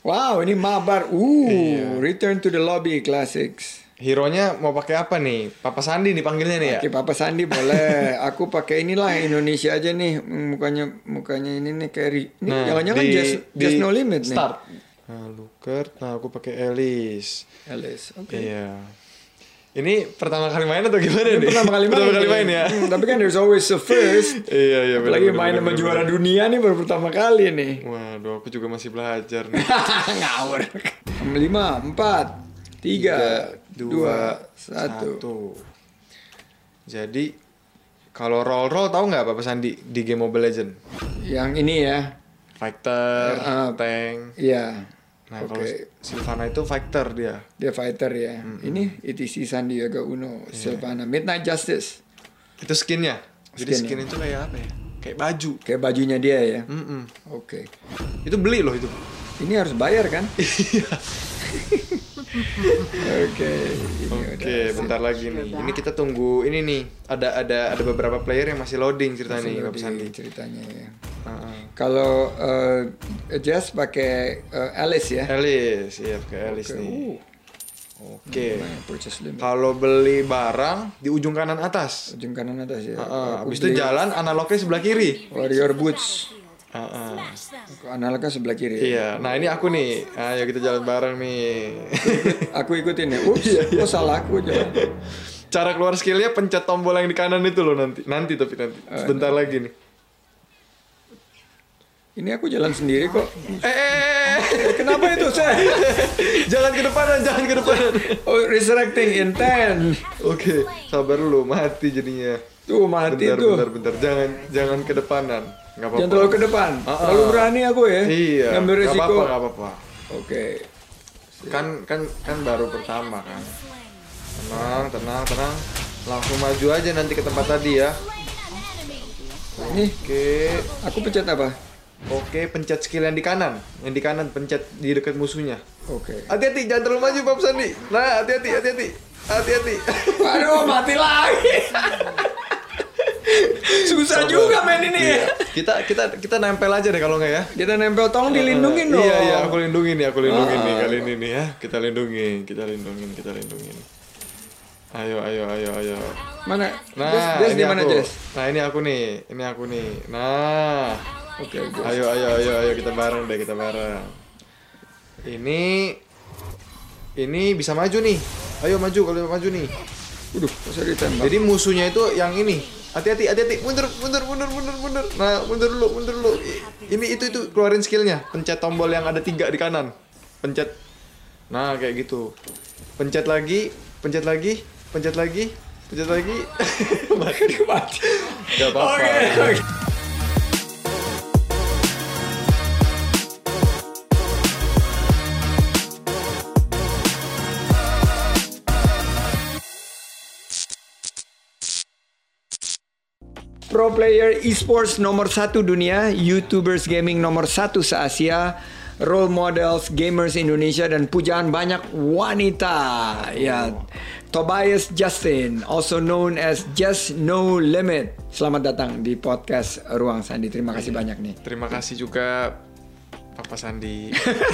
Wow, ini mabar. Iya. Return to the Lobby Classics. Hero-nya mau pakai apa nih? Papa Sandi dipanggilnya nih ya? Pakai Papa Sandi boleh. Aku pakai inilah Indonesia aja nih. Mukanya ini nih carry. Ini jangan-jangan just No Limit nih. Start. Nah, Luker. Nah, aku pakai Alice. Oke. Iya. Ini pertama kali main atau gimana nih? Pertama kali main ya. Tapi kan there's always a first. Iya. Apalagi main sama juara dunia nih baru pertama kali nih. Waduh, aku juga masih belajar nih. Ngawur. 5, 4, 3, 2, 1. Jadi kalau roll tahu nggak Papa Sandi di game Mobile Legend? Yang ini ya. Fighter, tank. Iya. Nah, kalau Sylvana itu fighter dia. Dia fighter ya. Ini ETC Sandiaga Uno, Sylvana Midnight Justice. Itu skinnya. Jadi skin itu kayak apa ya? Kayak baju. Kayak bajunya dia ya. Oke. Itu beli loh itu. Ini harus bayar kan? Iya. Oke, bentar lagi nih. Ini kita tunggu ini nih. Ada beberapa player yang masih loading ceritanya nih, Papa Sandi. Ceritanya ya. Kalau Jazz pakai Alice ya. Alice, iya pakai Alice nih. Oke. Purchase limit. Kalau beli barang di ujung kanan atas. Ujung kanan atas ya. Habis itu jalan analognya sebelah kiri. Warrior Boots. Analognya sebelah kiri. Iya. Nah, ini aku nih. Ayo kita jalan bareng nih. Aku ikutin ya. Kok salah aku jalan. Cara keluar skillnya pencet tombol yang di kanan itu loh nanti. Nanti. Sebentar lagi nih. Ini aku jalan sendiri kok. Kenapa itu saya? Jangan ke depanan. Oh, resurrecting in 10. Oke, sabar dulu, mati jadinya. Tuh mati bentar. Jangan ke depanan. Enggak apa-apa. Jangan terlalu ke depan. Terlalu berani aku ya. Iya. Ngambil resiko. Enggak apa-apa. Oke. Kan baru pertama kan. Tenang. Langsung maju aja nanti ke tempat tadi ya. Nih, Oke. aku pencet apa? Oke, pencet skill yang di kanan. Yang di kanan pencet di dekat musuhnya. Oke. Hati-hati, jangan terlalu maju Papa Sandi. Nah, hati-hati. Aduh, mati lagi. Susah juga main ini ya. Kita nempel aja deh kalau nggak ya. Kita nempel, tolong dilindungin dong. Iya, aku lindungin nih kali ini nih ya. Kita lindungin. Ayo. Mana? Nah, Jess di mana, Jess? Nah, ini aku nih. Nah. Oke. Ayo kita bareng. Ini bisa maju nih. Ayo maju kalau maju nih. Masa ditembak. Jadi musuhnya itu yang ini. Hati-hati. Mundur. Nah, mundur dulu. Ini itu keluarin skillnya. Pencet tombol yang ada 3 di kanan. Pencet. Nah, kayak gitu. Pencet lagi. Mati. Gak apa-apa. Oke. Pro player esports nomor 1 dunia, YouTubers gaming nomor 1 se-Asia, role models gamers Indonesia, dan pujaan banyak wanita. Ya, Tobias Justin, also known as Just No Limit. Selamat datang di podcast Ruang Sandi. Terima kasih banyak nih. Terima kasih juga Papa Sandi.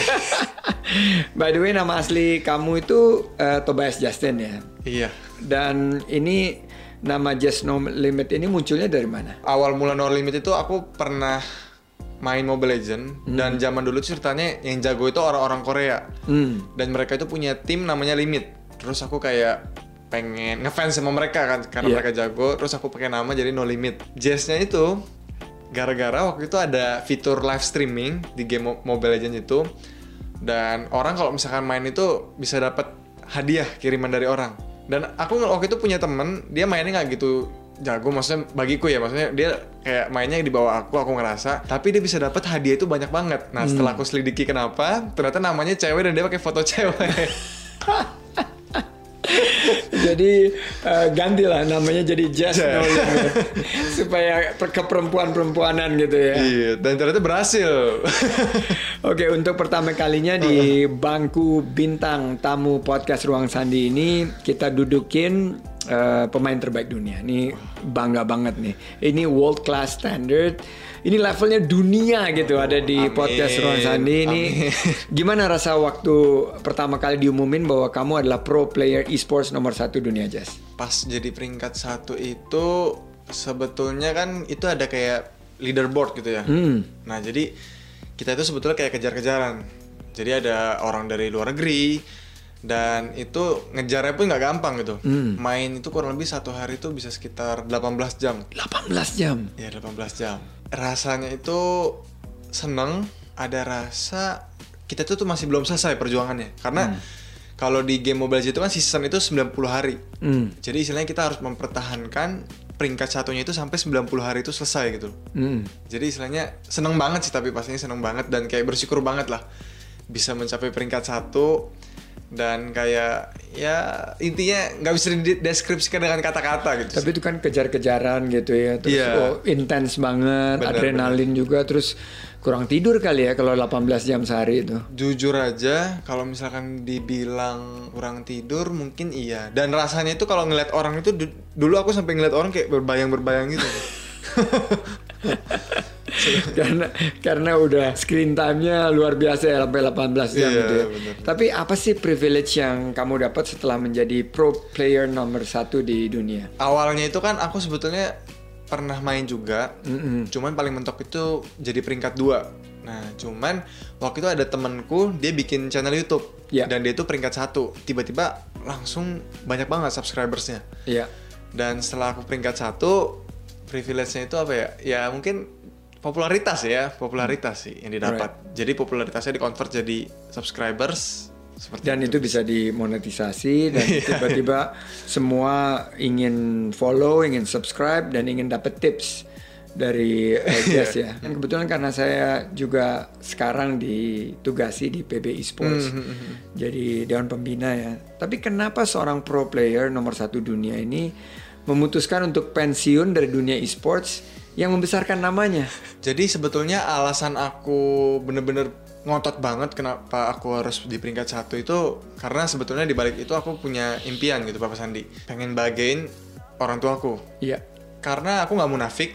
By the way, nama asli kamu itu Tobias Justin ya? Iya. Dan ini nama Just No Limit ini munculnya dari mana? Awal mula No Limit itu aku pernah main Mobile Legend dan zaman dulu ceritanya yang jago itu orang-orang Korea. Dan mereka itu punya tim namanya Limit. Terus aku kayak pengen ngefans sama mereka kan karena mereka jago. Terus aku pakai nama jadi No Limit. Jazz-nya itu gara-gara waktu itu ada fitur live streaming di game Mobile Legend itu. Dan orang kalau misalkan main itu bisa dapat hadiah kiriman dari orang. Dan aku waktu itu punya temen, dia mainnya nggak gitu jago, maksudnya bagiku ya, maksudnya dia kayak mainnya di bawah aku ngerasa, tapi dia bisa dapat hadiah itu banyak banget. Nah, setelah aku selidiki kenapa, ternyata namanya cewek dan dia pakai foto cewek. Jadi gantilah namanya jadi Just No Limit supaya keperempuan-perempuanan gitu ya. Iya, dan ternyata berhasil. Oke, untuk pertama kalinya di bangku bintang tamu podcast Ruang Sandi ini kita dudukin pemain terbaik dunia. Ini bangga banget nih. Ini world class standard. Ini levelnya dunia gitu ada di podcast Ron Sandi ini. Gimana rasa waktu pertama kali diumumin bahwa kamu adalah pro player esports nomor 1 dunia, Jess? Pas jadi peringkat 1 itu sebetulnya kan itu ada kayak leaderboard gitu ya. Nah jadi kita itu sebetulnya kayak kejar-kejaran. Jadi ada orang dari luar negeri dan itu ngejarnya pun nggak gampang gitu. Main itu kurang lebih 1 hari itu bisa sekitar 18 jam. 18 jam? Ya 18 jam. Rasanya itu seneng, ada rasa kita tuh masih belum selesai perjuangannya. Karena kalau di game Mobile Legends itu kan season itu 90 hari. Jadi istilahnya kita harus mempertahankan peringkat 1-nya itu sampai 90 hari itu selesai gitu. Jadi istilahnya seneng banget sih, tapi pastinya seneng banget dan kayak bersyukur banget lah bisa mencapai peringkat 1. Dan kayak ya intinya nggak bisa dideskripsikan dengan kata-kata gitu. Tapi itu kan kejar-kejaran gitu ya. Terus intens banget, adrenalin juga. Terus kurang tidur kali ya kalau 18 jam sehari itu. Jujur aja kalau misalkan dibilang kurang tidur mungkin iya. Dan rasanya itu kalau ngeliat orang itu dulu aku sampai ngeliat orang kayak berbayang-berbayang gitu. karena udah screen time-nya luar biasa ya sampai 18 jam gitu ya. Bener. Tapi apa sih privilege yang kamu dapat setelah menjadi pro player nomor 1 di dunia? Awalnya itu kan aku sebetulnya pernah main juga, cuman paling mentok itu jadi peringkat 2. Nah cuman waktu itu ada temenku dia bikin channel YouTube dan dia itu peringkat 1. Tiba-tiba langsung banyak banget subscribersnya. Dan setelah aku peringkat 1, privilege-nya itu apa ya? Ya mungkin popularitas sih yang didapat. Jadi popularitasnya di-convert jadi subscribers dan itu bisa dimonetisasi dan tiba-tiba semua ingin follow, ingin subscribe dan ingin dapat tips dari Jess ya. Dan kebetulan karena saya juga sekarang ditugasi di PB Esports. Jadi dewan pembina ya. Tapi kenapa seorang pro player nomor 1 dunia ini memutuskan untuk pensiun dari dunia esports yang membesarkan namanya? Jadi sebetulnya alasan aku bener-bener ngotot banget kenapa aku harus di peringkat 1 itu karena sebetulnya di balik itu aku punya impian gitu, Papa Sandi. Pengen bahagiain orang tuaku. Iya. Karena aku nggak munafik.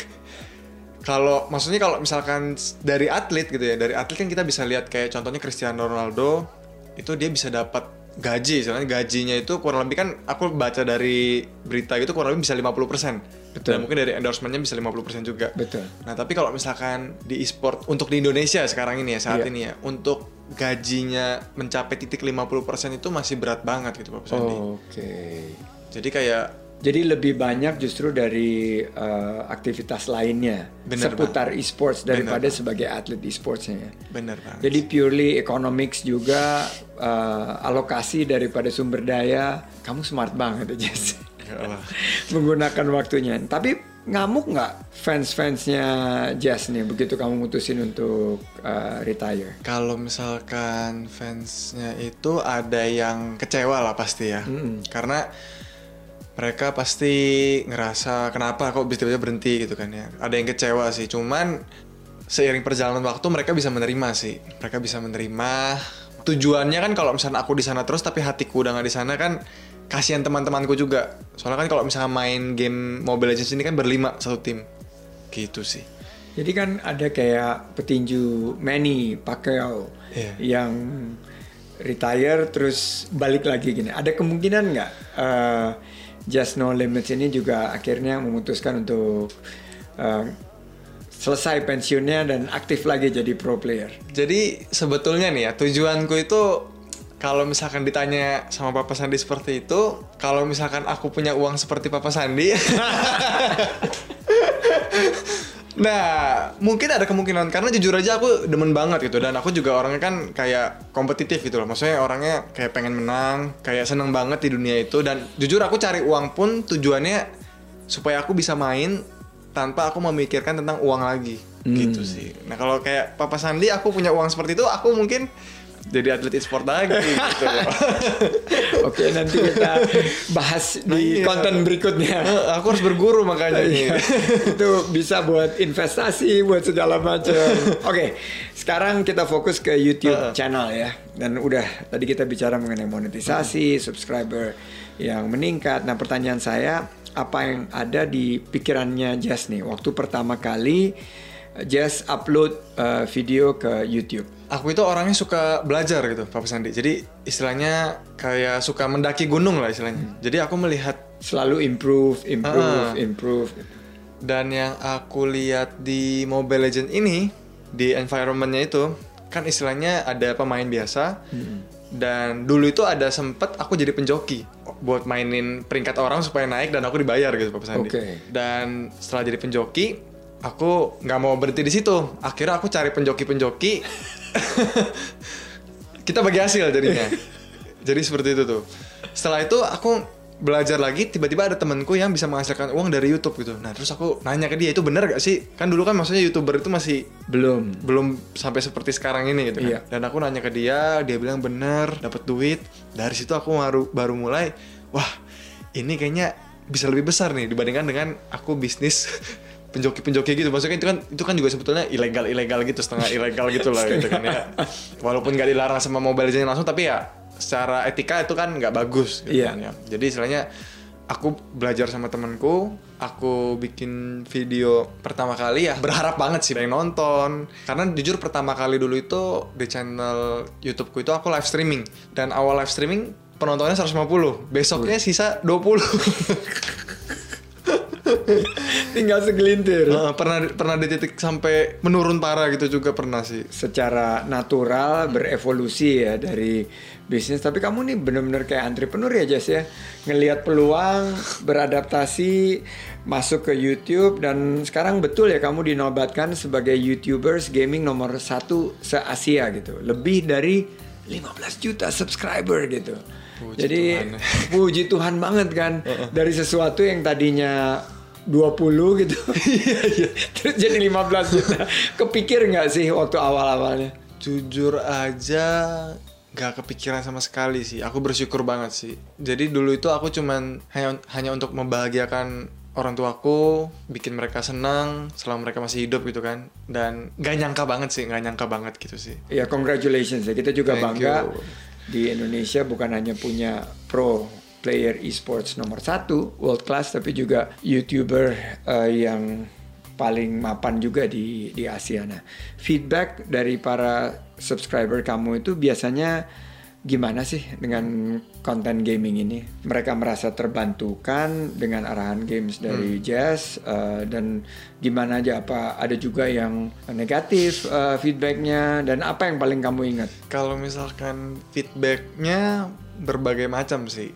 Kalau misalkan dari atlet gitu ya, dari atlet kan kita bisa lihat kayak contohnya Cristiano Ronaldo itu dia bisa dapat gaji, soalnya gajinya itu kurang lebih kan aku baca dari berita gitu kurang lebih bisa 50%. Betul. Dan mungkin dari endorsement-nya bisa 50% juga. Betul. Nah, tapi kalau misalkan di e-sport untuk di Indonesia sekarang ini ya, saat ini ya, untuk gajinya mencapai titik 50% itu masih berat banget gitu Pak Sandi. Oke. Jadi lebih banyak justru dari aktivitas lainnya seputar e-sports daripada sebagai atlet e-sportsnya ya. Bener banget. Jadi purely economics juga alokasi daripada sumber daya. Kamu smart banget ya, Jess. Menggunakan waktunya. Tapi ngamuk nggak fans-fansnya Jess nih begitu kamu mutusin untuk retire? Kalau misalkan fansnya itu ada yang kecewa lah pasti ya. Karena mereka pasti ngerasa kenapa kok tiba-tiba berhenti gitu kan ya. Ada yang kecewa sih, cuman seiring perjalanan waktu mereka bisa menerima sih. Mereka bisa menerima. Tujuannya kan kalau misalnya aku di sana terus tapi hatiku udah nggak di sana kan kasihan teman-temanku juga. Soalnya kan kalau misalnya main game Mobile Legends ini kan berlima satu tim. Gitu sih. Jadi kan ada kayak petinju Manny Pacquiao yang retire terus balik lagi gini. Ada kemungkinan nggak Just No Limits ini juga akhirnya memutuskan untuk selesai pensiunnya dan aktif lagi jadi pro player? Jadi sebetulnya nih ya tujuanku itu kalau misalkan ditanya sama Papa Sandi seperti itu, kalau misalkan aku punya uang seperti Papa Sandi, nah mungkin ada kemungkinan karena jujur aja aku demen banget gitu dan aku juga orangnya kan kayak kompetitif gitu loh, maksudnya orangnya kayak pengen menang, kayak seneng banget di dunia itu dan jujur aku cari uang pun tujuannya supaya aku bisa main tanpa aku memikirkan tentang uang lagi gitu sih. Nah kalau kayak Papa Sandi aku punya uang seperti itu, aku mungkin jadi atlet e-sport lagi gitu. Oke, nanti kita bahas di konten berikutnya. Aku harus berguru makanya nih. Itu bisa buat investasi, buat segala macam. Oke, sekarang kita fokus ke YouTube channel ya. Dan udah tadi kita bicara mengenai monetisasi, subscriber yang meningkat. Nah, pertanyaan saya, apa yang ada di pikirannya Jess nih waktu pertama kali Jess upload video ke YouTube? Aku itu orangnya suka belajar gitu, Pak Sandi. Jadi istilahnya kayak suka mendaki gunung lah istilahnya. Jadi aku melihat selalu improve. Dan yang aku lihat di Mobile Legends ini, di environment-nya itu kan istilahnya ada pemain biasa. Dan dulu itu ada sempet aku jadi penjoki buat mainin peringkat orang supaya naik dan aku dibayar gitu, Pak Sandi. Dan setelah jadi penjoki, aku nggak mau berhenti di situ. Akhirnya aku cari penjoki-penjoki. Kita bagi hasil jadinya. Jadi seperti itu tuh. Setelah itu aku belajar lagi, tiba-tiba ada temanku yang bisa menghasilkan uang dari YouTube gitu. Nah, terus aku nanya ke dia, itu benar gak sih? Kan dulu kan maksudnya YouTuber itu masih belum sampai seperti sekarang ini gitu kan. Dan aku nanya ke dia bilang benar, dapat duit. Dari situ aku baru mulai, wah, ini kayaknya bisa lebih besar nih dibandingkan dengan aku bisnis penjoki gitu. Maksudnya itu kan juga sebetulnya ilegal gitu, setengah ilegal gitu lah gitu kan ya. Walaupun nggak dilarang sama Mobile Legends langsung, tapi ya secara etika itu kan nggak bagus gitu kan ya. Jadi istilahnya aku belajar sama temanku, aku bikin video pertama kali ya berharap banget sih yang nonton. Karena jujur pertama kali dulu itu di channel YouTubeku itu aku live streaming, dan awal live streaming penontonnya 150, besoknya sisa 20. Tinggal segelintir. Pernah di titik sampai menurun parah gitu juga pernah sih. Secara natural berevolusi ya dari bisnis. Tapi kamu nih bener-bener kayak entrepreneur ya, Jess ya. Ngelihat peluang, beradaptasi, masuk ke YouTube, dan sekarang betul ya kamu dinobatkan sebagai YouTubers gaming nomor 1 se-Asia gitu. Lebih dari 15 juta subscriber gitu. Jadi puji Tuhan banget kan. Dari sesuatu yang tadinya 20 gitu. Terus jadi 15 juta. Kepikir nggak sih waktu awal-awalnya? Jujur aja nggak kepikiran sama sekali sih. Aku bersyukur banget sih. Jadi dulu itu aku cuman hanya untuk membahagiakan orang tuaku, bikin mereka senang selama mereka masih hidup gitu kan. Dan nggak nyangka banget gitu sih. Ya, congratulations ya. Kita juga bangga di Indonesia bukan hanya punya pro player esports nomor 1 world class, tapi juga YouTuber yang paling mapan juga di Asia. Nah, feedback dari para subscriber kamu itu biasanya gimana sih dengan konten gaming ini? Mereka merasa terbantukan dengan arahan games dari Jess, dan gimana aja, apa ada juga yang negatif feedbacknya, dan apa yang paling kamu ingat? Kalau misalkan feedbacknya berbagai macam sih.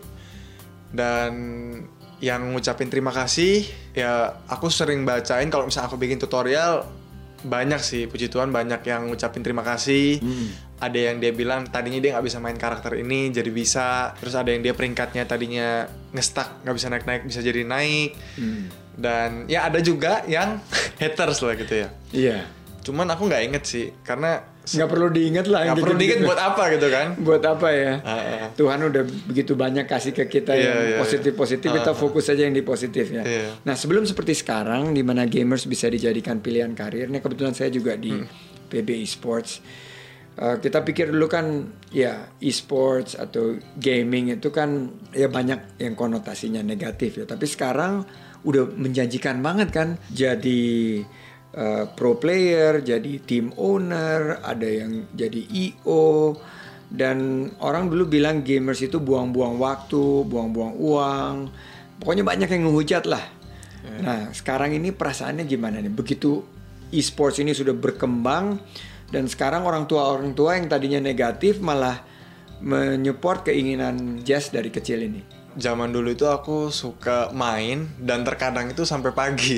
Dan yang ngucapin terima kasih ya aku sering bacain. Kalau misalnya aku bikin tutorial, banyak sih, puji Tuhan banyak yang ngucapin terima kasih. Ada yang dia bilang tadinya dia nggak bisa main karakter ini jadi bisa. Terus ada yang dia peringkatnya tadinya nge-stuck, nggak bisa naik bisa jadi naik. Dan ya ada juga yang haters lah gitu ya. Iya. Cuman aku nggak inget sih, karena nggak perlu diinget lah. Nggak perlu diinget buat apa gitu kan? Buat apa ya? Tuhan udah begitu banyak kasih ke kita yang positif-positif, kita fokus aja yang di positifnya. Nah, sebelum seperti sekarang di mana gamers bisa dijadikan pilihan karir, nih kebetulan saya juga di PB Esports. Kita pikir dulu kan ya esports atau gaming itu kan ya banyak yang konotasinya negatif ya. Tapi sekarang udah menjanjikan banget kan, jadi pro player, jadi team owner, ada yang jadi EO, dan orang dulu bilang gamers itu buang-buang waktu, buang-buang uang, pokoknya banyak yang ngehujat lah. Nah, sekarang ini perasaannya gimana nih? Begitu e-sports ini sudah berkembang, dan sekarang orang tua yang tadinya negatif malah menyupport keinginan Jess dari kecil ini. Zaman dulu itu aku suka main dan terkadang itu sampai pagi.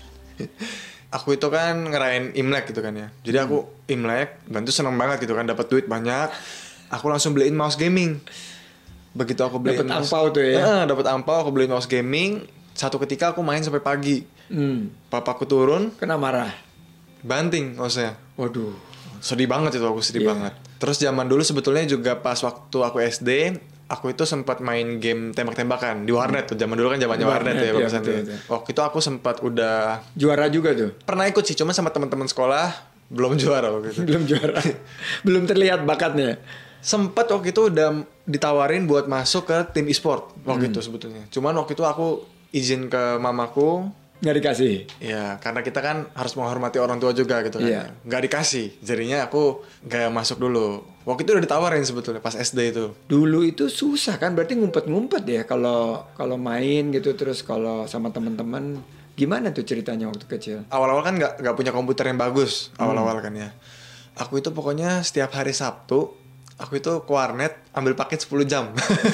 Aku itu kan ngerayain Imlek gitu kan ya. Jadi aku Imlek dan itu seneng banget gitu kan, dapat duit banyak. Aku langsung beliin mouse gaming. Begitu aku beliin dapat angpau tuh ya. Dapat angpau, aku beliin mouse gaming. Satu ketika aku main sampai pagi. Papaku turun, kena marah. banting mouse-nya. Waduh. Sedih banget itu, aku sedih banget. Terus zaman dulu sebetulnya juga pas waktu aku SD, aku itu sempat main game tembak-tembakan di warnet tuh. Zaman dulu kan zamannya warnet ya, bagusan tuh. Waktu itu aku sempat udah juara juga tuh. Pernah ikut sih, cuma sama teman-teman sekolah belum juara waktu itu. Belum juara. Belum terlihat bakatnya. Sempat waktu itu udah ditawarin buat masuk ke tim e-sport waktu itu sebetulnya. Cuman waktu itu aku izin ke mamaku, nggak dikasih. Ya karena kita kan harus menghormati orang tua juga gitu kan. Iya. Nggak dikasih, jadinya aku nggak masuk dulu. Waktu itu udah ditawarin sebetulnya pas SD itu. Dulu itu susah kan, berarti ngumpet-ngumpet ya kalau main gitu, terus kalau sama teman-teman. Gimana tuh ceritanya waktu kecil? Awal-awal kan nggak punya komputer yang bagus awal-awal kan ya. Aku itu pokoknya setiap hari Sabtu aku itu ke warnet ambil paket 10 jam.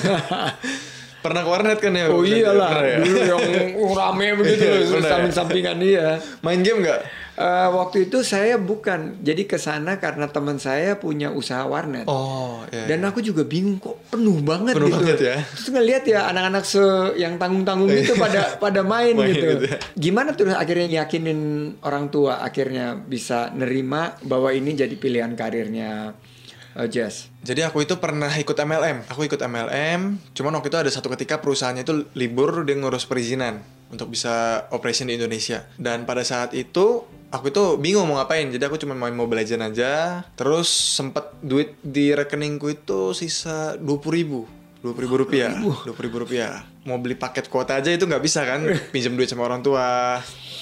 Pernah ke warnet kan ya? Oh iyalah, ya? dulu yang rame begitu loh, samping-sampingan dia. Main game nggak? Waktu itu saya bukan, jadi kesana karena teman saya punya usaha warnet. Oh iya. Dan aku juga bingung kok penuh banget Penuh gitu. banget ya. Terus ngeliat ya anak-anak yang tanggung-tanggung gitu pada main gitu. Gitu ya. Gimana tuh akhirnya yakinin orang tua akhirnya bisa nerima bahwa ini jadi pilihan karirnya Jazz? Jadi aku itu pernah ikut MLM. Aku ikut MLM, cuman waktu itu ada satu ketika perusahaannya itu libur, dia ngurus perizinan untuk bisa operation di Indonesia. Dan pada saat itu aku itu bingung mau ngapain. Jadi aku cuma main Mobile Legends aja. Terus sempet duit di rekeningku itu sisa 20.000 rupiah. 20.000 rupiah. Mau beli paket kuota aja itu nggak bisa kan, pinjam duit sama orang tua.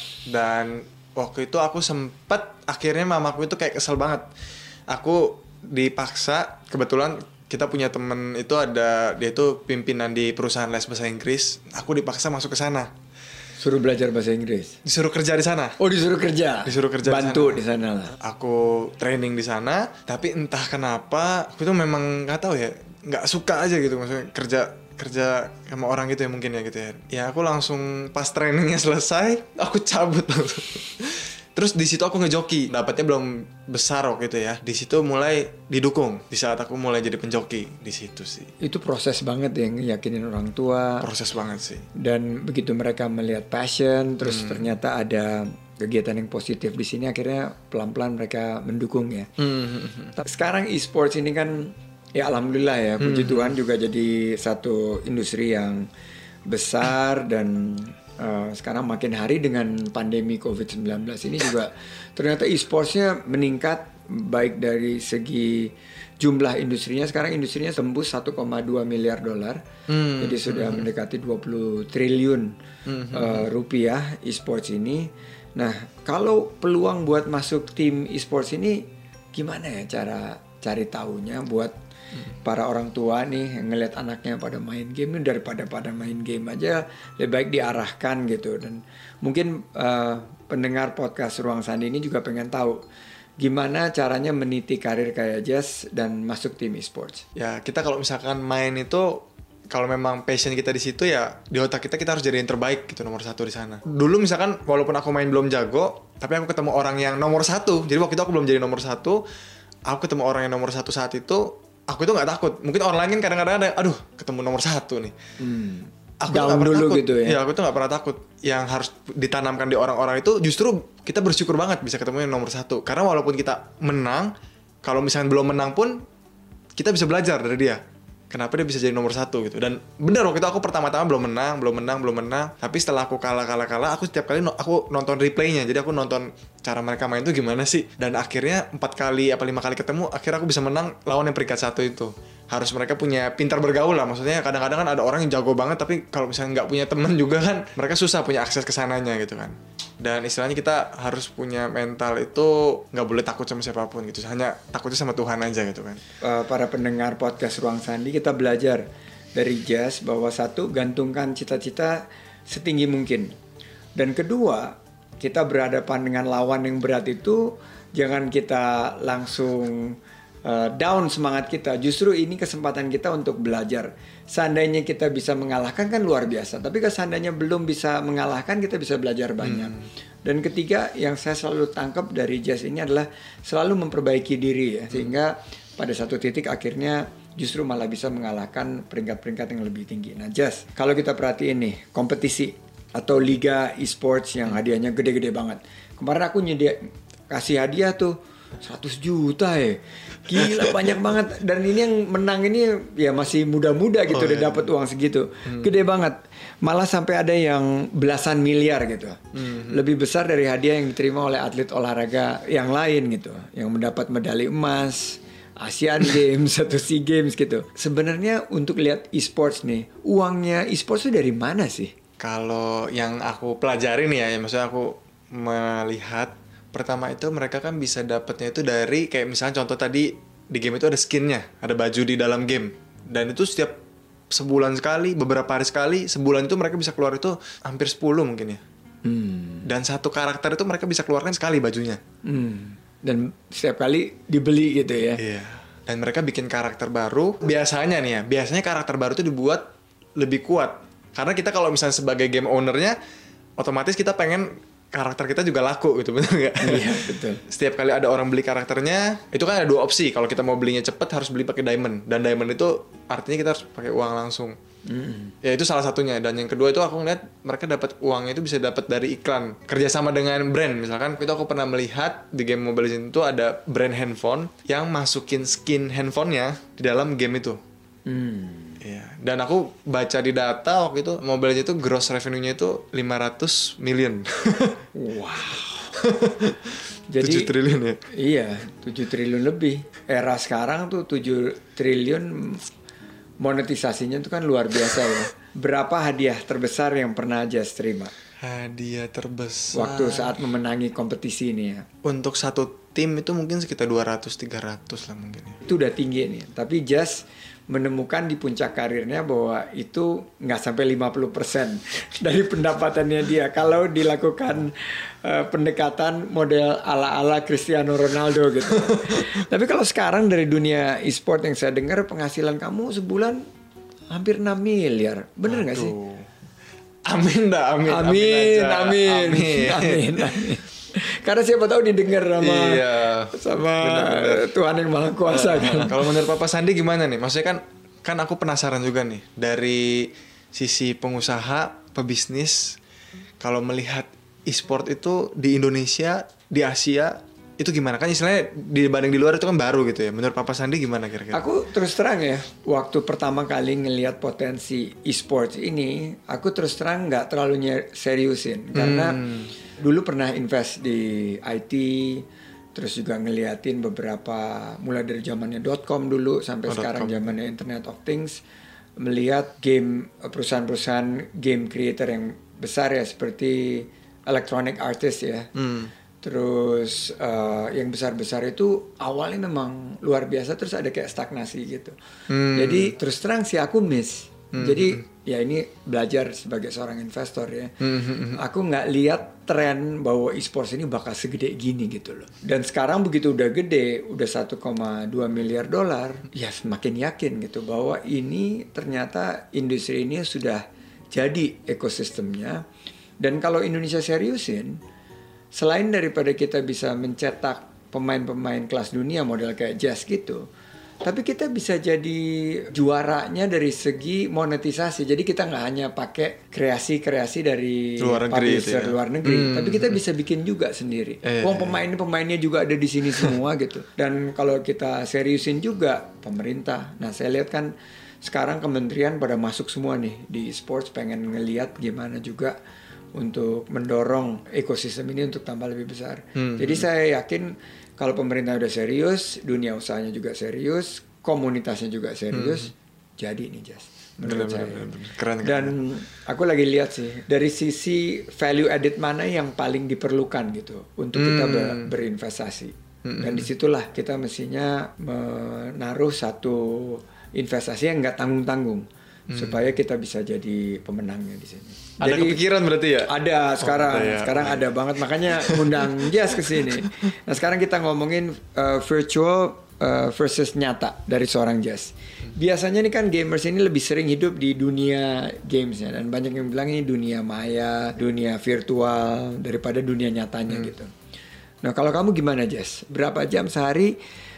Dan waktu itu aku sempet, akhirnya mamaku itu kayak kesel banget. Aku dipaksa, kebetulan kita punya temen itu ada, dia itu pimpinan di perusahaan les bahasa Inggris. Aku dipaksa masuk ke sana. Suruh belajar bahasa Inggris? Disuruh kerja di sana. Oh, disuruh kerja? Disuruh kerja bantu di sana lah. Aku training di sana, tapi entah kenapa aku tuh memang nggak tahu ya, nggak suka aja gitu, maksudnya kerja sama orang gitu ya mungkin ya gitu ya. Ya aku langsung pas trainingnya selesai, aku cabut langsung. Terus di situ aku ngejoki, dapatnya belum besar waktu itu ya. Di situ mulai didukung. Di saat aku mulai jadi penjoki di situ sih. Itu proses banget ya yakinin orang tua. Proses banget sih. Dan begitu mereka melihat passion, terus ternyata ada kegiatan yang positif di sini, akhirnya pelan-pelan mereka mendukung ya. Sekarang e-sports ini kan ya alhamdulillah ya, puji Tuhan juga jadi satu industri yang besar dan sekarang makin hari dengan pandemi COVID-19 ini juga ternyata e-sportsnya meningkat, baik dari segi jumlah industrinya. Sekarang industrinya tembus 1,2 miliar dolar, jadi sudah mendekati 20 triliun rupiah e-sports ini. Nah, kalau peluang buat masuk tim e-sports ini gimana ya cara cari tahunya buat para orang tua nih yang ngeliat anaknya pada main game ini, daripada pada main game aja lebih baik diarahkan gitu. Dan mungkin pendengar podcast Ruang Sandi ini juga pengen tahu gimana caranya meniti karir kayak Jazz dan masuk tim e-sports. Ya kita kalau misalkan main itu, kalau memang passion kita di situ ya di otak kita harus jadi yang terbaik gitu, nomor 1 di sana. Dulu misalkan walaupun aku main belum jago, tapi aku ketemu orang yang nomor 1. Jadi waktu itu aku belum jadi nomor 1, aku ketemu orang yang nomor 1 saat itu. Aku itu nggak takut. Mungkin orang lain kan kadang-kadang ada, aduh ketemu nomor 1 nih. Aku down dulu takut. gitu ya. Ya aku tuh nggak pernah takut. Yang harus ditanamkan di orang-orang itu justru kita bersyukur banget bisa ketemu yang nomor 1. Karena walaupun kita menang, kalau misalnya belum menang pun kita bisa belajar dari dia. Kenapa dia bisa jadi nomor 1 gitu. Dan benar waktu itu aku pertama-tama belum menang. Tapi setelah aku kalah, aku setiap kali aku nonton replaynya. Jadi aku nonton cara mereka main tuh gimana sih. Dan akhirnya 4 kali apa 5 kali ketemu, akhirnya aku bisa menang lawan yang peringkat 1 itu. Harus mereka punya pintar bergaul lah. Maksudnya kadang-kadang kan ada orang yang jago banget, tapi kalau misalnya nggak punya teman juga kan, mereka susah punya akses ke sananya gitu kan. Dan istilahnya kita harus punya mental itu nggak boleh takut sama siapapun gitu. Hanya takutnya sama Tuhan aja gitu kan. Para pendengar podcast Ruang Sandi, kita belajar dari Jazz bahwa satu, gantungkan cita-cita setinggi mungkin. Dan kedua, kita berhadapan dengan lawan yang berat itu, jangan kita langsung down semangat kita. Justru ini kesempatan kita untuk belajar. Seandainya kita bisa mengalahkan kan luar biasa. Tapi kalau seandainya belum bisa mengalahkan, kita bisa belajar banyak. Dan ketiga, yang saya selalu tangkap dari Jazz ini adalah selalu memperbaiki diri ya. Sehingga pada satu titik akhirnya justru malah bisa mengalahkan peringkat-peringkat yang lebih tinggi. Nah Jazz, kalau kita perhatiin nih, kompetisi atau liga e-sports yang hadiahnya gede-gede banget. Kemarin aku kasih hadiah tuh 100 juta ya. Gila banyak banget. Dan ini yang menang ini ya masih muda-muda gitu udah dapat uang segitu. Gede banget. Malah sampai ada yang belasan miliar gitu. Lebih besar dari hadiah yang diterima oleh atlet olahraga yang lain gitu. Yang mendapat medali emas, Asian Games atau SEA Games gitu. Sebenarnya untuk lihat e-sports nih, uangnya e-sports itu dari mana sih? Kalau yang aku pelajarin ya, maksudnya aku melihat pertama itu mereka kan bisa dapatnya itu dari kayak misalnya contoh tadi di game itu ada skinnya, ada baju di dalam game, dan itu setiap sebulan sekali, beberapa hari sekali, sebulan itu mereka bisa keluar itu hampir 10 mungkin ya. Dan satu karakter itu mereka bisa keluarkan sekali bajunya. Dan setiap kali dibeli gitu ya. Iya. Dan mereka bikin karakter baru. Biasanya nih ya, biasanya karakter baru itu dibuat lebih kuat. Karena kita kalau misalnya sebagai game ownernya, otomatis kita pengen karakter kita juga laku gitu, bener nggak? Iya, betul. Setiap kali ada orang beli karakternya, itu kan ada 2 opsi. Kalau kita mau belinya cepet harus beli pakai diamond. Dan diamond itu artinya kita harus pakai uang langsung. Ya itu salah satunya. Dan yang kedua itu aku ngeliat mereka dapat uangnya itu bisa dapat dari iklan, kerjasama dengan brand. Misalkan itu aku pernah melihat di game Mobile Legends itu ada brand handphone yang masukin skin handphonenya di dalam game itu. Iya. Dan aku baca di data waktu itu Mobile Legends itu gross revenue-nya itu 500 million. Wow. Jadi 7 triliun ya? Iya, 7 triliun lebih. Era sekarang tuh 7 triliun monetisasinya itu kan luar biasa ya. Berapa hadiah terbesar yang pernah Jazz terima? Hadiah terbesar Waktu saat memenangi kompetisi ini ya. untuk satu tim itu mungkin sekitar 200-300 lah mungkin ya. Itu udah tinggi nih. Tapi Jazz menemukan di puncak karirnya bahwa itu nggak sampai 50% dari pendapatannya dia kalau dilakukan pendekatan model ala-ala Cristiano Ronaldo gitu. Tapi kalau sekarang dari dunia e-sport yang saya dengar penghasilan kamu sebulan hampir 6 miliar. Bener nggak sih? Amin dah, amin. Amin. Karena siapa tahu didengar sama bener. Tuhan yang Maha Kuasa kan. Kalau menurut Papa Sandi gimana nih? Maksudnya kan aku penasaran juga nih dari sisi pengusaha, pebisnis, kalau melihat e-sport itu di Indonesia, di Asia itu gimana? Kan istilahnya dibanding di luar itu kan baru gitu ya. Menurut Papa Sandi gimana kira-kira? Aku terus terang ya, waktu pertama kali ngelihat potensi e-sports ini, aku terus terang nggak terlalu seriusin karena dulu pernah invest di IT, terus juga ngeliatin beberapa mulai dari zamannya .com dulu sampai sekarang zamannya Internet of Things, melihat game perusahaan-perusahaan game creator yang besar ya seperti Electronic Arts ya. Terus yang besar-besar itu awalnya memang luar biasa, terus ada kayak stagnasi gitu. Jadi terus terang sih aku miss. Jadi ya ini belajar sebagai seorang investor ya. Aku nggak lihat tren bahwa e-sports ini bakal segede gini gitu loh. Dan sekarang begitu udah gede, udah 1,2 miliar dolar, ya semakin yakin gitu bahwa ini ternyata industri ini sudah jadi ekosistemnya. Dan kalau Indonesia seriusin, selain daripada kita bisa mencetak pemain-pemain kelas dunia model kayak Jazz gitu, tapi kita bisa jadi juaranya dari segi monetisasi. Jadi kita nggak hanya pakai kreasi-kreasi dari publisher luar negeri, tapi kita bisa bikin juga sendiri. Pemainnya juga ada di sini semua gitu. Dan kalau kita seriusin juga pemerintah. Nah saya lihat kan sekarang kementerian pada masuk semua nih di e-sports, pengen ngelihat gimana juga untuk mendorong ekosistem ini untuk tambah lebih besar. Jadi saya yakin kalau pemerintah udah serius, dunia usahanya juga serius, komunitasnya juga serius, jadi nih Jazz. Menurut saya. Keren. Dan aku lagi lihat sih dari sisi value added mana yang paling diperlukan gitu untuk kita berinvestasi. Dan disitulah kita mestinya menaruh satu investasi yang nggak tanggung-tanggung. Supaya kita bisa jadi pemenangnya di sini. Ada jadi, kepikiran berarti ya? Ada sekarang ada banget, makanya undang Jazz ke sini. Nah sekarang kita ngomongin virtual versus nyata dari seorang Jazz. Biasanya nih kan gamers ini lebih sering hidup di dunia gamesnya, dan banyak yang bilang ini dunia maya, dunia virtual daripada dunia nyatanya gitu. Nah kalau kamu gimana Jazz? Berapa jam sehari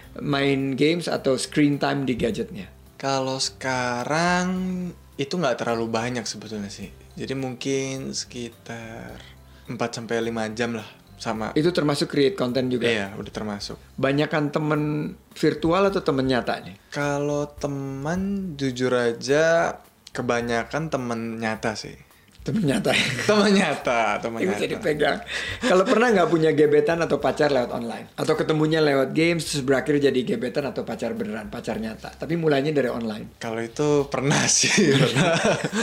main games atau screen time di gadgetnya? Kalau sekarang itu nggak terlalu banyak sebetulnya sih. Jadi mungkin sekitar 4-5 jam lah sama. Itu termasuk create content juga? Iya, udah termasuk. Banyakan temen virtual atau temen nyata nih? Kalau teman jujur aja kebanyakan temen nyata sih. Temen nyata. Temen nyata. Ini bisa dipegang. Kalau pernah nggak punya gebetan atau pacar lewat online? Atau ketemunya lewat games terus berakhir jadi gebetan atau pacar beneran, pacar nyata. Tapi mulainya dari online. Kalau itu pernah sih. Pernah.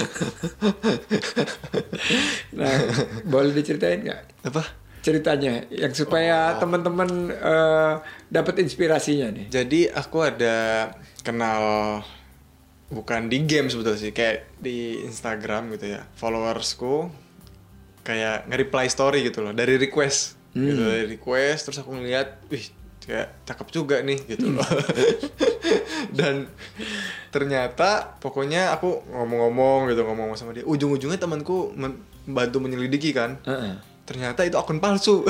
Nah, boleh diceritain nggak? Apa? Ceritanya yang supaya teman-teman dapat inspirasinya nih. Jadi aku ada kenal, bukan di game sebetulnya sih, kayak di Instagram gitu ya, followersku kayak nge-reply story gitu loh dari request gitu, dari request, terus aku ngeliat, wih kayak cakep juga nih gitu loh. Dan ternyata pokoknya aku ngomong sama dia, ujung-ujungnya temanku bantu menyelidiki kan. Ternyata itu akun palsu.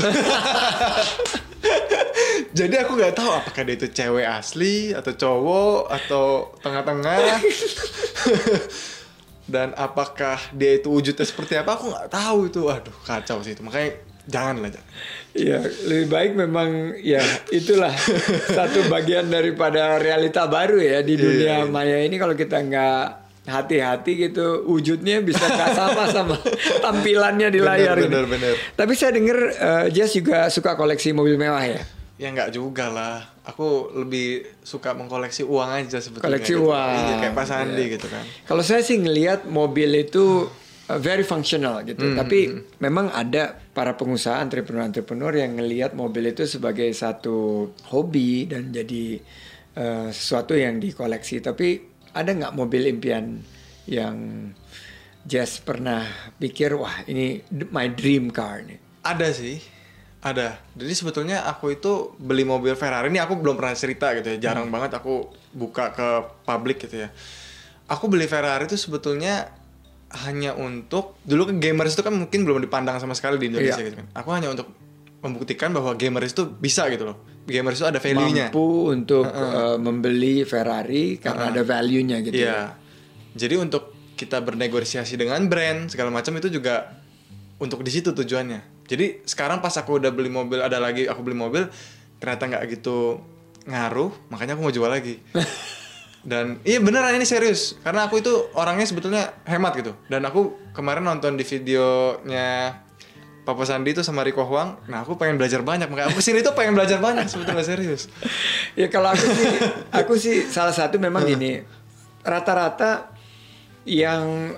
Jadi aku nggak tahu apakah dia itu cewek asli atau cowok atau tengah-tengah. Dan apakah dia itu wujudnya seperti apa, aku nggak tahu itu. Aduh, kacau sih itu. Makanya jangan. Iya, lebih baik memang ya itulah satu bagian daripada realita baru ya di dunia maya ini. Kalau kita nggak hati-hati gitu, wujudnya bisa nggak sama tampilannya di layar. Bener. Tapi saya dengar Jess juga suka koleksi mobil mewah ya? Ya nggak juga lah. Aku lebih suka mengkoleksi uang aja sebetulnya. Koleksi gitu. uang. Iya, kayak Pak Sandi gitu kan. Kalau saya sih ngelihat mobil itu very functional gitu. Tapi memang ada para pengusaha, entrepreneur yang ngelihat mobil itu sebagai satu hobi dan jadi sesuatu yang dikoleksi. Tapi ada nggak mobil impian yang Jess pernah pikir, wah ini my dream car nih? Ada sih. Ada. Jadi sebetulnya aku itu beli mobil Ferrari, ini aku belum pernah cerita gitu ya. Jarang banget aku buka ke publik gitu ya. Aku beli Ferrari itu sebetulnya hanya untuk, dulu ke gamers itu kan mungkin belum dipandang sama sekali di Indonesia gitu kan. Aku hanya untuk membuktikan bahwa gamers itu bisa gitu loh. Gamers itu ada value-nya. Mampu untuk membeli Ferrari karena ada value-nya gitu. Iya. Jadi untuk kita bernegosiasi dengan brand segala macam itu juga untuk di situ tujuannya. Jadi sekarang pas aku udah beli mobil, aku beli mobil, ternyata nggak gitu ngaruh, makanya aku mau jual lagi. Dan iya beneran ini serius, karena aku itu orangnya sebetulnya hemat gitu. Dan aku kemarin nonton di videonya Papa Sandi itu sama Rico Huang, nah aku pengen belajar banyak, makanya aku kesini tuh pengen belajar banyak sebetulnya, serius. Ya kalau aku sih salah satu memang gini, rata-rata yang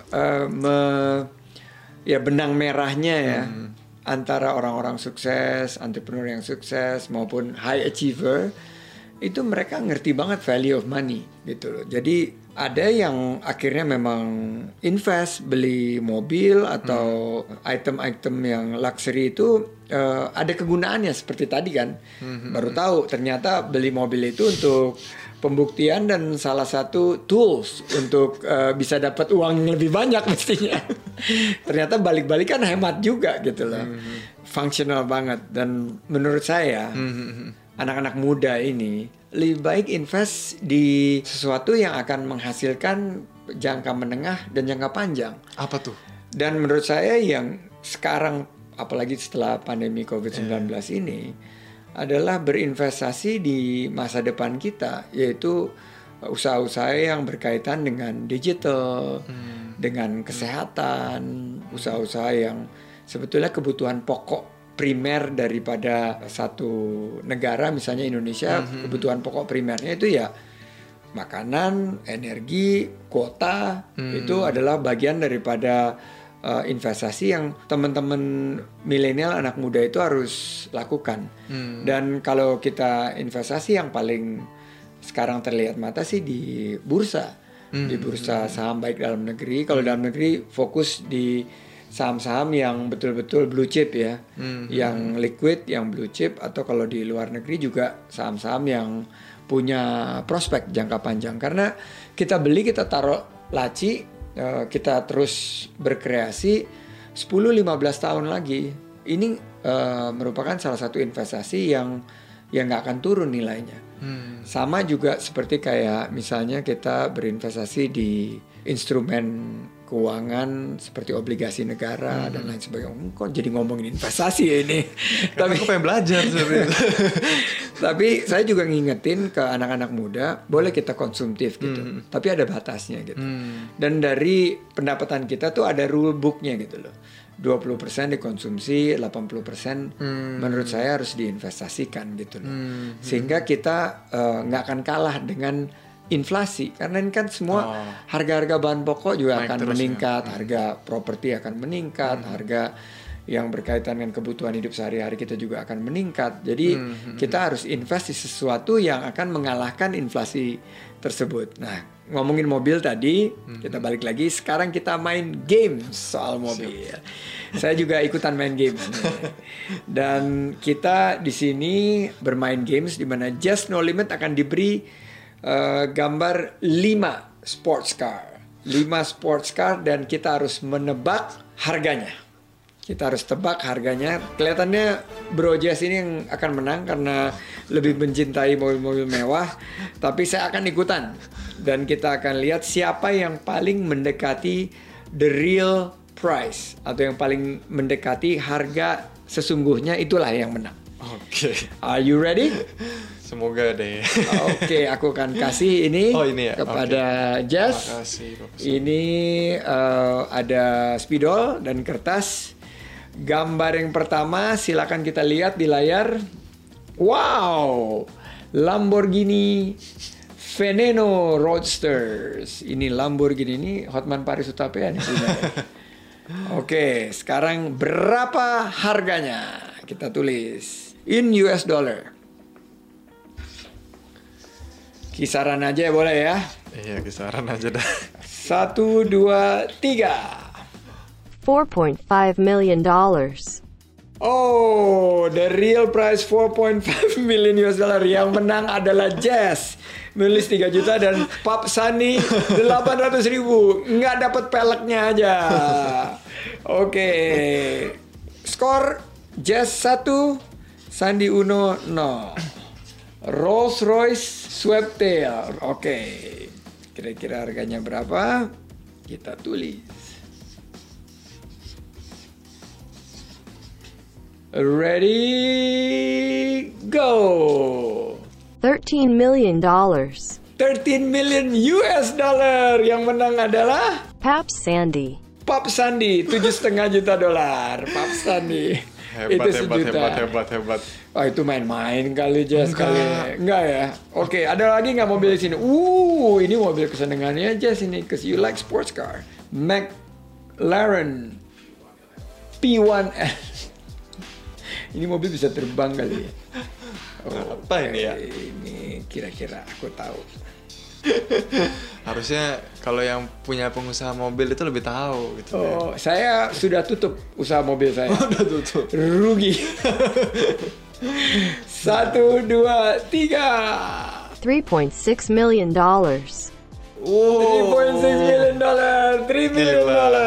benang merahnya ya antara orang-orang sukses, entrepreneur yang sukses maupun high achiever itu mereka ngerti banget value of money gitu loh. Jadi ada yang akhirnya memang invest beli mobil atau item-item yang luxury itu ada kegunaannya seperti tadi kan. Baru tahu ternyata beli mobil itu untuk pembuktian dan salah satu tools untuk bisa dapat uang yang lebih banyak mestinya. Ternyata balik-balik kan hemat juga gitu loh. Functional banget. Dan menurut saya anak-anak muda ini lebih baik invest di sesuatu yang akan menghasilkan jangka menengah dan jangka panjang. Apa tuh? Dan menurut saya yang sekarang apalagi setelah pandemi COVID-19 ini adalah berinvestasi di masa depan kita, yaitu usaha-usaha yang berkaitan dengan digital, dengan kesehatan, usaha-usaha yang sebetulnya kebutuhan pokok primer daripada satu negara, misalnya Indonesia, kebutuhan pokok primernya itu ya makanan, energi, kuota, itu adalah bagian daripada investasi yang teman-teman milenial anak muda itu harus lakukan. Dan kalau kita investasi yang paling sekarang terlihat mata sih di bursa, di bursa saham baik dalam negeri. Kalau dalam negeri fokus di saham-saham yang betul-betul blue chip ya, yang liquid, yang blue chip, atau kalau di luar negeri juga saham-saham yang punya prospek jangka panjang. Karena kita beli, kita taruh laci, kita terus berkreasi 10-15 tahun lagi. Ini merupakan salah satu investasi yang nggak akan turun nilainya. Sama juga seperti kayak misalnya kita berinvestasi di instrumen keuangan seperti obligasi negara dan lain sebagainya. Kok jadi ngomongin investasi ya ini? Tapi aku pengen belajar seperti itu. Tapi saya juga ngingetin ke anak-anak muda, boleh kita konsumtif gitu, tapi ada batasnya gitu. Dan dari pendapatan kita tuh ada rule booknya gitu loh. 20% dikonsumsi, 80% menurut saya harus diinvestasikan gitu loh. Sehingga kita nggak akan kalah dengan inflasi, karena ini kan semua harga-harga bahan pokok juga akan meningkat, harga properti akan meningkat, harga yang berkaitan dengan kebutuhan hidup sehari-hari kita juga akan meningkat. Jadi kita harus invest di sesuatu yang akan mengalahkan inflasi tersebut. Nah, ngomongin mobil tadi, kita balik lagi. Sekarang kita main games soal mobil. Saya juga ikutan main games. Dan kita di sini bermain games di mana Just No Limit akan diberi gambar 5 sports car. 5 sports car dan kita harus menebak harganya. Kita harus tebak harganya. Kelihatannya Bro Jess ini yang akan menang karena lebih mencintai mobil-mobil mewah. Tapi saya akan ikutan. Dan kita akan lihat siapa yang paling mendekati the real price. Atau yang paling mendekati harga sesungguhnya, itulah yang menang. Oke. Are you ready? Semoga deh. Oke, aku akan kasih ini, Ya? kepada Jess. Makasih, Bapak. Ini ada spidol dan kertas. Gambar yang pertama silakan kita lihat di layar. Wow, Lamborghini Veneno Roadsters. Ini Lamborghini, ini Hotman Paris Hutapea nih. Oke, sekarang berapa harganya? Kita tulis in US dollar. Kisaran aja boleh ya? Iya, kisaran aja dah. 1, 2, 3. $4.5 million. Oh, the real price 4.5 million US dollar. Yang menang adalah Jess. Nulis 3 juta dan Pap Sani 800.000. Nggak dapat peleknya aja. Oke. Skor Jess 1, Sandi Uno 0. Rolls Royce Sweptail. Oke. Kira-kira harganya berapa? Kita tulis. Ready, go. $13 million. 13 million US dollar. Yang menang adalah Pap Sandy. Pap Sandi, 7,5 juta dolar. Pap Sandi. Hebat. Oh, itu main-main kali Jess kali. Enggak ya? Oke, ada lagi nggak mobil di sini? Ini mobil kesenangannya Jess ini, cause you like sports car. McLaren P1L. Ini mobil bisa terbang kali ya. Apa ini ya? Ini kira-kira aku tahu. Harusnya kalau yang punya pengusaha mobil itu lebih tahu gitu. Oh, saya sudah tutup usaha mobil saya. Udah tutup. Rugi. 1, 2, 3. $3.6 million. 3.6 million dollar. 3 million dollar.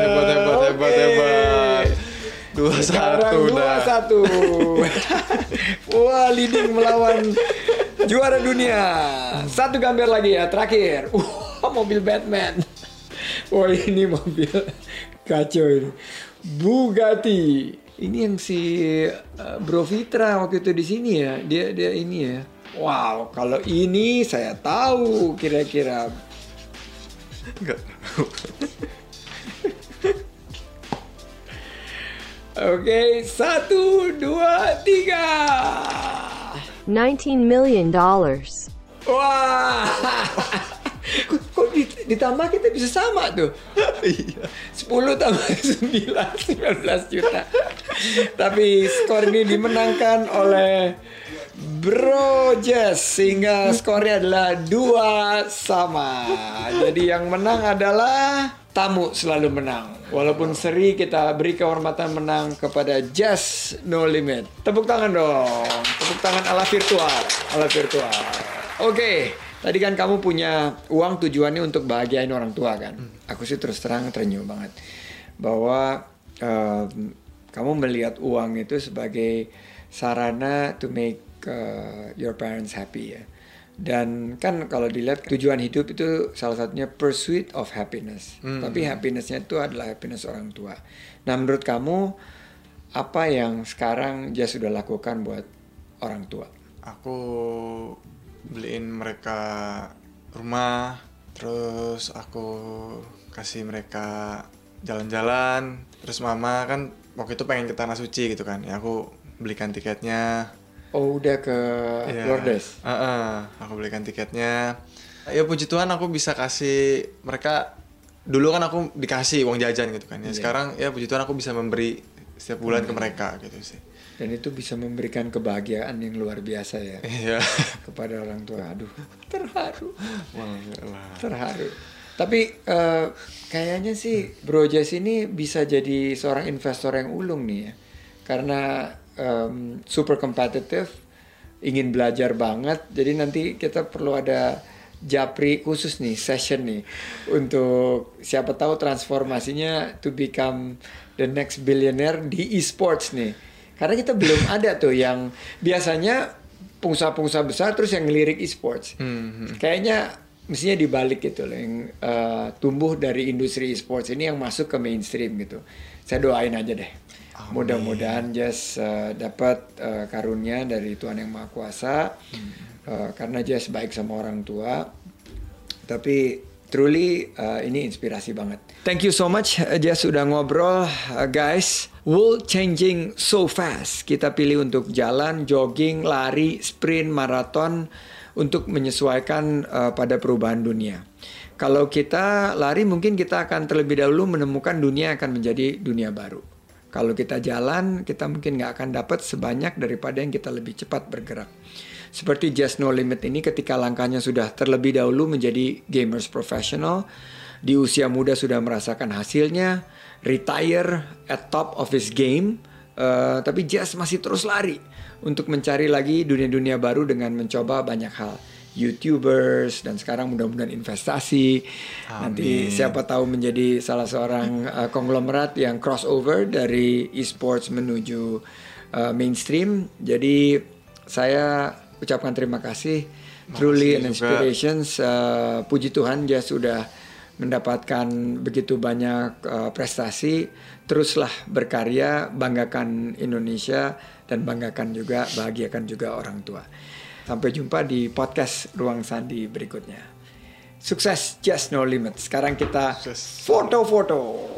Hebat. 2-1 dah. 2-1. Wah, leading melawan juara dunia. 1 gambar lagi ya, terakhir. Mobil Batman. Wah, ini mobil kacau ini. Bugatti. Ini yang si Bro Fitra waktu itu di sini ya. Dia ini ya. Wow, kalau ini saya tahu kira-kira. Enggak. Oke, 1, 2, 3. $19 million. Wah, kok ditambah kita bisa sama tuh. Iya. 10 tambah 9, 19 juta. Tapi skor ini dimenangkan oleh Bro Jess, sehingga skornya adalah 2 sama. Jadi yang menang adalah tamu selalu menang. Walaupun seri, kita beri kehormatan menang kepada Just No Limit. Tepuk tangan dong. Tepuk tangan ala virtual. Oke, tadi kan kamu punya uang tujuannya untuk bahagiain orang tua kan. Aku sih terus terang terenyuh banget bahwa kamu melihat uang itu sebagai sarana to make your parents happy ya. Dan kan kalau dilihat tujuan hidup itu salah satunya pursuit of happiness. Tapi happinessnya itu adalah happiness orang tua. Nah menurut kamu apa yang sekarang dia sudah lakukan buat orang tua? Aku beliin mereka rumah, terus aku kasih mereka jalan-jalan, terus mama kan waktu itu pengen ke Tanah Suci gitu kan, ya aku belikan tiketnya. Oh udah ke Lourdes? Aku belikan tiketnya. Ya puji Tuhan aku bisa kasih mereka. Dulu kan aku dikasih uang jajan gitu kan ya. Sekarang ya puji Tuhan aku bisa memberi setiap bulan ke mereka gitu sih. Dan itu bisa memberikan kebahagiaan yang luar biasa ya. Iya. Kepada orang tua. Aduh, terharu. Wah. Terharu. Tapi kayaknya sih Bro Jess ini bisa jadi seorang investor yang ulung nih ya. Karena super kompetitif, ingin belajar banget. Jadi nanti kita perlu ada japri khusus nih, session nih. Untuk siapa tahu transformasinya to become the next billionaire di e-sports nih. Karena kita belum ada tuh yang biasanya pengusaha-pengusaha besar terus yang ngelirik e-sports. Kayaknya mestinya dibalik gitu loh, yang tumbuh dari industri e-sports ini yang masuk ke mainstream gitu. Saya doain aja deh. Mudah-mudahan Jess dapat karunia dari Tuhan Yang Maha Kuasa. Karena Jess baik sama orang tua. Tapi truly ini inspirasi banget. Thank you so much Jess sudah ngobrol guys. World changing so fast. Kita pilih untuk jalan, jogging, lari, sprint, maraton untuk menyesuaikan pada perubahan dunia. Kalau kita lari mungkin kita akan terlebih dahulu menemukan dunia akan menjadi dunia baru. Kalau kita jalan, kita mungkin nggak akan dapat sebanyak daripada yang kita lebih cepat bergerak. Seperti Just No Limit ini ketika langkahnya sudah terlebih dahulu menjadi gamers professional, di usia muda sudah merasakan hasilnya, retire at top of his game, tapi Just masih terus lari untuk mencari lagi dunia-dunia baru dengan mencoba banyak hal. YouTubers dan sekarang mudah-mudahan investasi. Amin. Nanti siapa tahu menjadi salah seorang konglomerat yang crossover dari esports menuju mainstream. Jadi saya ucapkan terima kasih. Truly an inspiration. Puji Tuhan dia sudah mendapatkan begitu banyak prestasi. Teruslah berkarya, banggakan Indonesia dan banggakan juga, bahagiakan juga orang tua. Sampai jumpa di podcast Ruang Sandi berikutnya. Sukses, Just No Limit. Sekarang kita foto-foto.